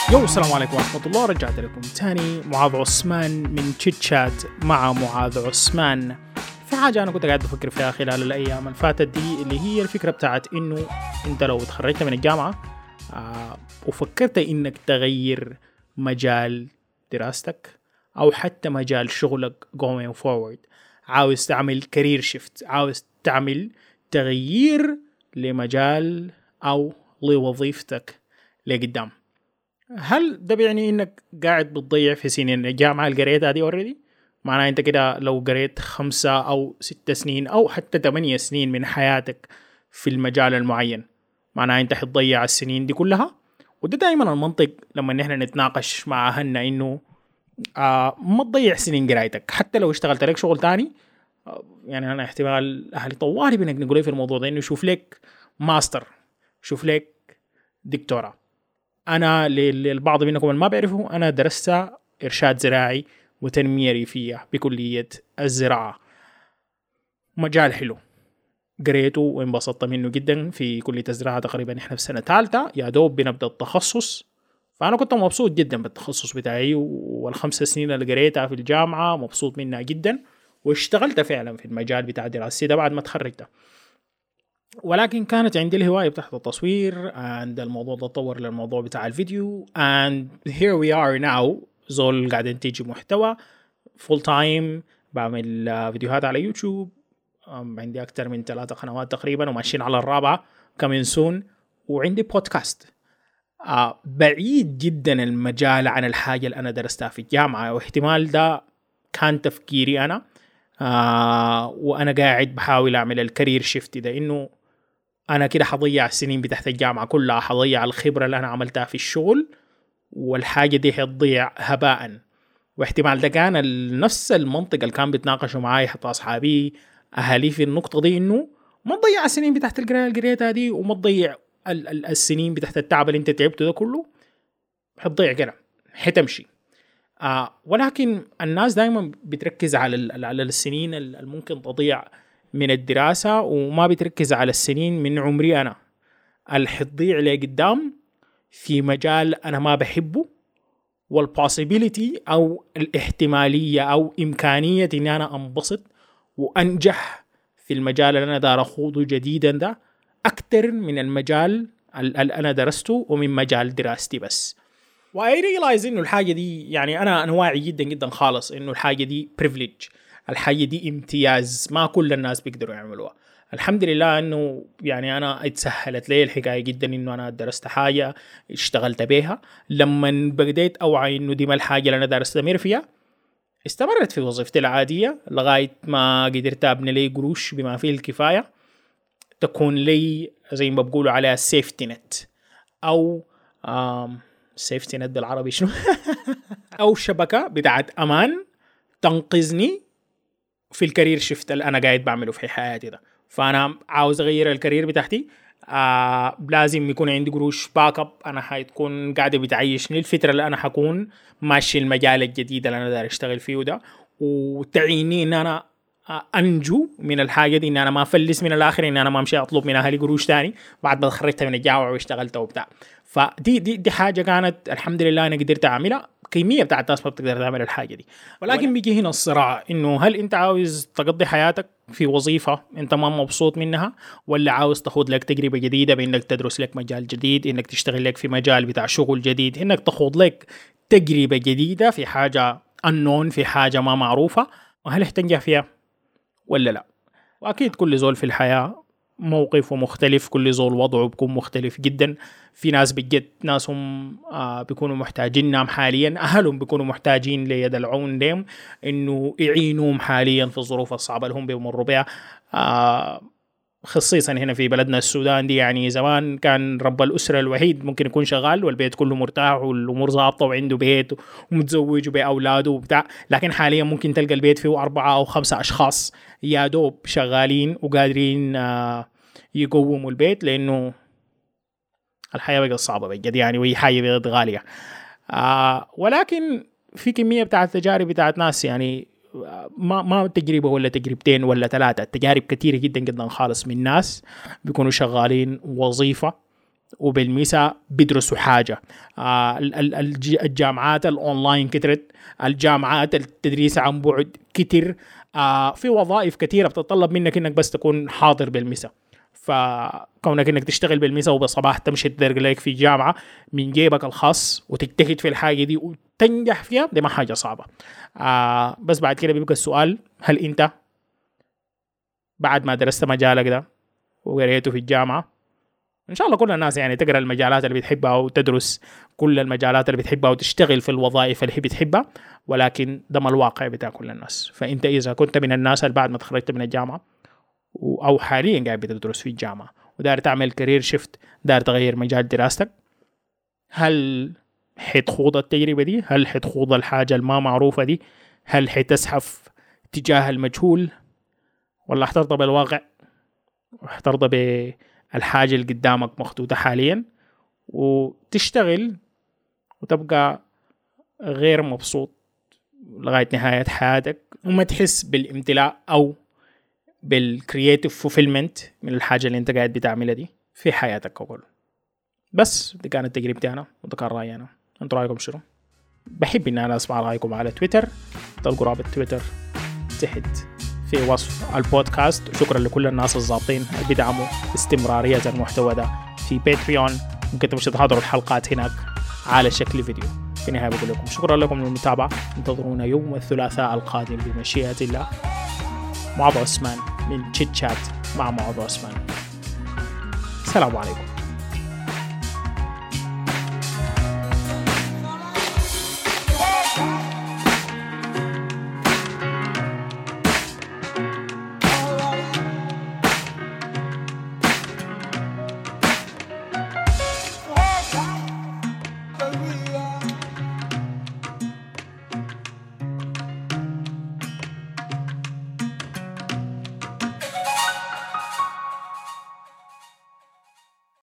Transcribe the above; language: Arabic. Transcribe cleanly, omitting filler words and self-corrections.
السلام عليكم ورحمة الله. رجعت لكم تاني معاذ عثمان من تشيت شات مع معاذ عثمان. في حاجة أنا كنت قاعد بفكر فيها خلال الأيام اللي فاتت دي، اللي هي الفكرة بتاعت إنه أنت لو تخرجت من الجامعة وفكرت إنك تغير مجال دراستك أو حتى مجال شغلك going forward، عاوز تعمل career shift، عاوز تعمل تغيير لمجال أو لوظيفتك لقدام، هل ده بيعني انك قاعد بتضيع في سنين الجامعة اللي قريتها دي اوريدي؟ معناه انت كده لو قريت 5 أو 6 سنين او حتى 8 سنين من حياتك في المجال المعين، معناه انت حتضيع السنين دي كلها. وده دائما المنطق لما نحن نتناقش مع اهلنا، انه ما تضيع سنين قرايتك حتى لو اشتغلت لك شغل تاني. يعني انا احتمال اهلي طوالي بانك نقول في الموضوع ده، انه شوف لك ماستر، شوف لك دكتوراه. أنا للبعض منكم اللي ما بيعرفوا، أنا درست إرشاد زراعي وتنمية ريفية بكلية الزراعة، مجال حلو قريته وانبسطت منه جدا. في كلية الزراعة تقريبا إحنا في سنة ثالثة يا دوب بنبدأ التخصص، فأنا كنت مبسوط جدا بالتخصص بتاعي، وال5 سنين اللي قريتها في الجامعة مبسوط منها جدا، واشتغلت فعلا في المجال بتاع دراستي ده بعد ما تخرجت. ولكن كانت عندي الهواية بتاعت التصوير، and الموضوع ده تطور للموضوع بتاع الفيديو، and here we are now زول قاعد انتج محتوى full time، بعمل فيديوهات على يوتيوب. عندي أكتر من 3 قنوات تقريبا وماشيين على الرابعة coming soon، وعندي بودكاست. بعيد جدا المجال عن الحاجة اللي أنا درستها في الجامعة، واحتمال ده كان تفكيري أنا وأنا قاعد بحاول أعمل الكارير شيفت ده، إنه أنا كده حضيع السنين بتاعت الجامعة كلها، حضيع الخبرة اللي أنا عملتها في الشغل، والحاجة دي حتضيع هباء. واحتمال ده كان نفس المنطقة اللي كان بيتناقشوا معاي حتى أصحابي أهالي في النقطة دي، إنه ما تضيع السنين بتاعت القراية اللي قريتها دي، وما تضيع السنين بتاعت التعب اللي أنت تعبته ده كله، حتضيع كده حتمشي. ولكن الناس دائما بتركز على السنين اللي ممكن تضيع من الدراسة، وما بتركز على السنين من عمري أنا اللي حتضيع لي قدام في مجال أنا ما بحبه، والبوسيبيليتي أو الاحتمالية أو إمكانية إن أنا أنبسط وأنجح في المجال اللي أنا دار أخوضه جديدا ده أكتر من المجال اللي أنا درسته ومن مجال دراستي بس. وأي ريلايز إنه الحاجة دي، يعني أنا واعي جدا جدا خالص إنه الحاجة دي privilege، الحاجة دي امتياز ما كل الناس بيقدروا يعملوها. الحمد لله إنه يعني أنا اتسهلت لي الحكاية جدا، إنه أنا درست حاجة اشتغلت بيها. لما بديت أوعي إنه دي ما الحاجة اللي أنا درست أمير فيها، استمرت في وظيفتي العادية لغاية ما قدرت أبني لي قروش بما فيه الكفاية تكون لي زي ما بقولوا عليها سيفتي نت، أو سيفتي نت بالعربي شنو أو شبكة بتاعت أمان تنقذني في الكارير شيفت اللي أنا قاعد بعمله في حياتي ده. فأنا عاوز أغير الكارير بتاعتي، لازم يكون عندي قروش باك اب أنا حيكون قاعدة بتعيشني الفترة اللي أنا حكون ماشي المجال الجديد اللي أنا داير أشتغل فيه ده، وتعيني إن أنا أنجو من الحاجة دي، إن أنا ما أفلس من الآخر، إن أنا ما أمشي أطلب من أهلي قروش تاني بعد ما خرجت من الجامعة واشتغلت وبتاع. فدي حاجة كانت الحمد لله أنا قدرت أعملها. كمية بتاعت ناس ما بتقدر تعمل الحاجة دي، ولكن بيجي هنا الصراع، إنه هل أنت عاوز تقضي حياتك في وظيفة أنت ما مبسوط منها، ولا عاوز تاخد لك تجربة جديدة بإنك تدرس لك مجال جديد، إنك تشتغل لك في مجال بتاع شغل جديد، إنك تاخد لك تجربة جديدة في حاجة unknown، في حاجة ما معروفة، وهل احتنجح فيها ولا لا؟ وأكيد كل زول في الحياة موقفه مختلف، كل زول وضعه بيكون مختلف جدا. في ناس بجد ناسهم بيكونوا محتاجينهم حاليا، أهلهم بيكونوا محتاجين ليد العون لهم إنه يعينوهم حاليا في الظروف الصعبة اللي هم بيمروا بها. خصيصا هنا في بلدنا السودان دي، يعني زمان كان رب الأسرة الوحيد ممكن يكون شغال والبيت كله مرتاح والأمور ظابطة وعنده بيت ومتزوج بأولاده وبتاع، لكن حاليا ممكن تلقى البيت فيه 4 أو 5 أشخاص يا دوب شغالين وقادرين يقوموا البيت، لأنه الحياة بقت صعبة بجد يعني، وهي حاجة بقت غالية. ولكن في كمية بتاعت تجارب بتاعت ناس، يعني ما تجربة ولا تجربتين ولا 3، تجارب كثيرة جدا جدا خالص من ناس بيكونوا شغالين وظيفة وبالمسا بيدرسوا حاجة. الجامعات الأونلاين كترت، الجامعات التدريس عن بعد كتر، في وظائف كتيرة بتتطلب منك إنك بس تكون حاضر بالمسا. فكونك إنك تشتغل بالمسا وبصباح تمشي تدرج لك في جامعة من جيبك الخاص وتجتهد في الحاجة دي وتنجح فيها، دي ما حاجة صعبة. بس بعد كده بيبقى السؤال، هل أنت بعد ما درست مجالك ده وقريته في الجامعة، إن شاء الله كل الناس يعني تقرأ المجالات اللي بتحبها وتدرس كل المجالات اللي بتحبها وتشتغل في الوظائف اللي هي بتحبها، ولكن ده ما الواقع بتاع كل الناس. فأنت إذا كنت من الناس اللي بعد ما تخرجت من الجامعة أو حاليا قاعد بتدرس في الجامعة ودار تعمل كارير شيفت، دار تغير مجال دراستك، هل حتخوض التجربة دي؟ هل حتخوض الحاجة الما معروفة دي؟ هل حتزحف تجاه المجهول، ولا احترض بالواقع واحترض بالحاجة اللي قدامك مخطوطة حاليا وتشتغل وتبقى غير مبسوط لغاية نهاية حياتك وما تحس بالامتلاء أو بالكرياتيف فوفيلمنت من الحاجة اللي انت قاعد بتعملها دي في حياتك ككل. بس دي كانت تجربتي أنا وده كان رأيي أنا. انتوا رأيكم شنو؟ بحب إن أنا أسمع رأيكم على تويتر، تلقوا رابط تويتر تحت في وصف البودكاست. وشكرا لكل الناس الضابطين اللي بيدعموا استمرارية المحتوى ده في باتريون. ممكن تمشي تحضروا الحلقات هناك على شكل فيديو. في النهاية بقول لكم شكرا لكم للمتابعة، انتظرونا يوم الثلاثاء القادم بمشيئة الله. معاذ عثمان من تشيت شات مع معاذ عثمان. السلام عليكم.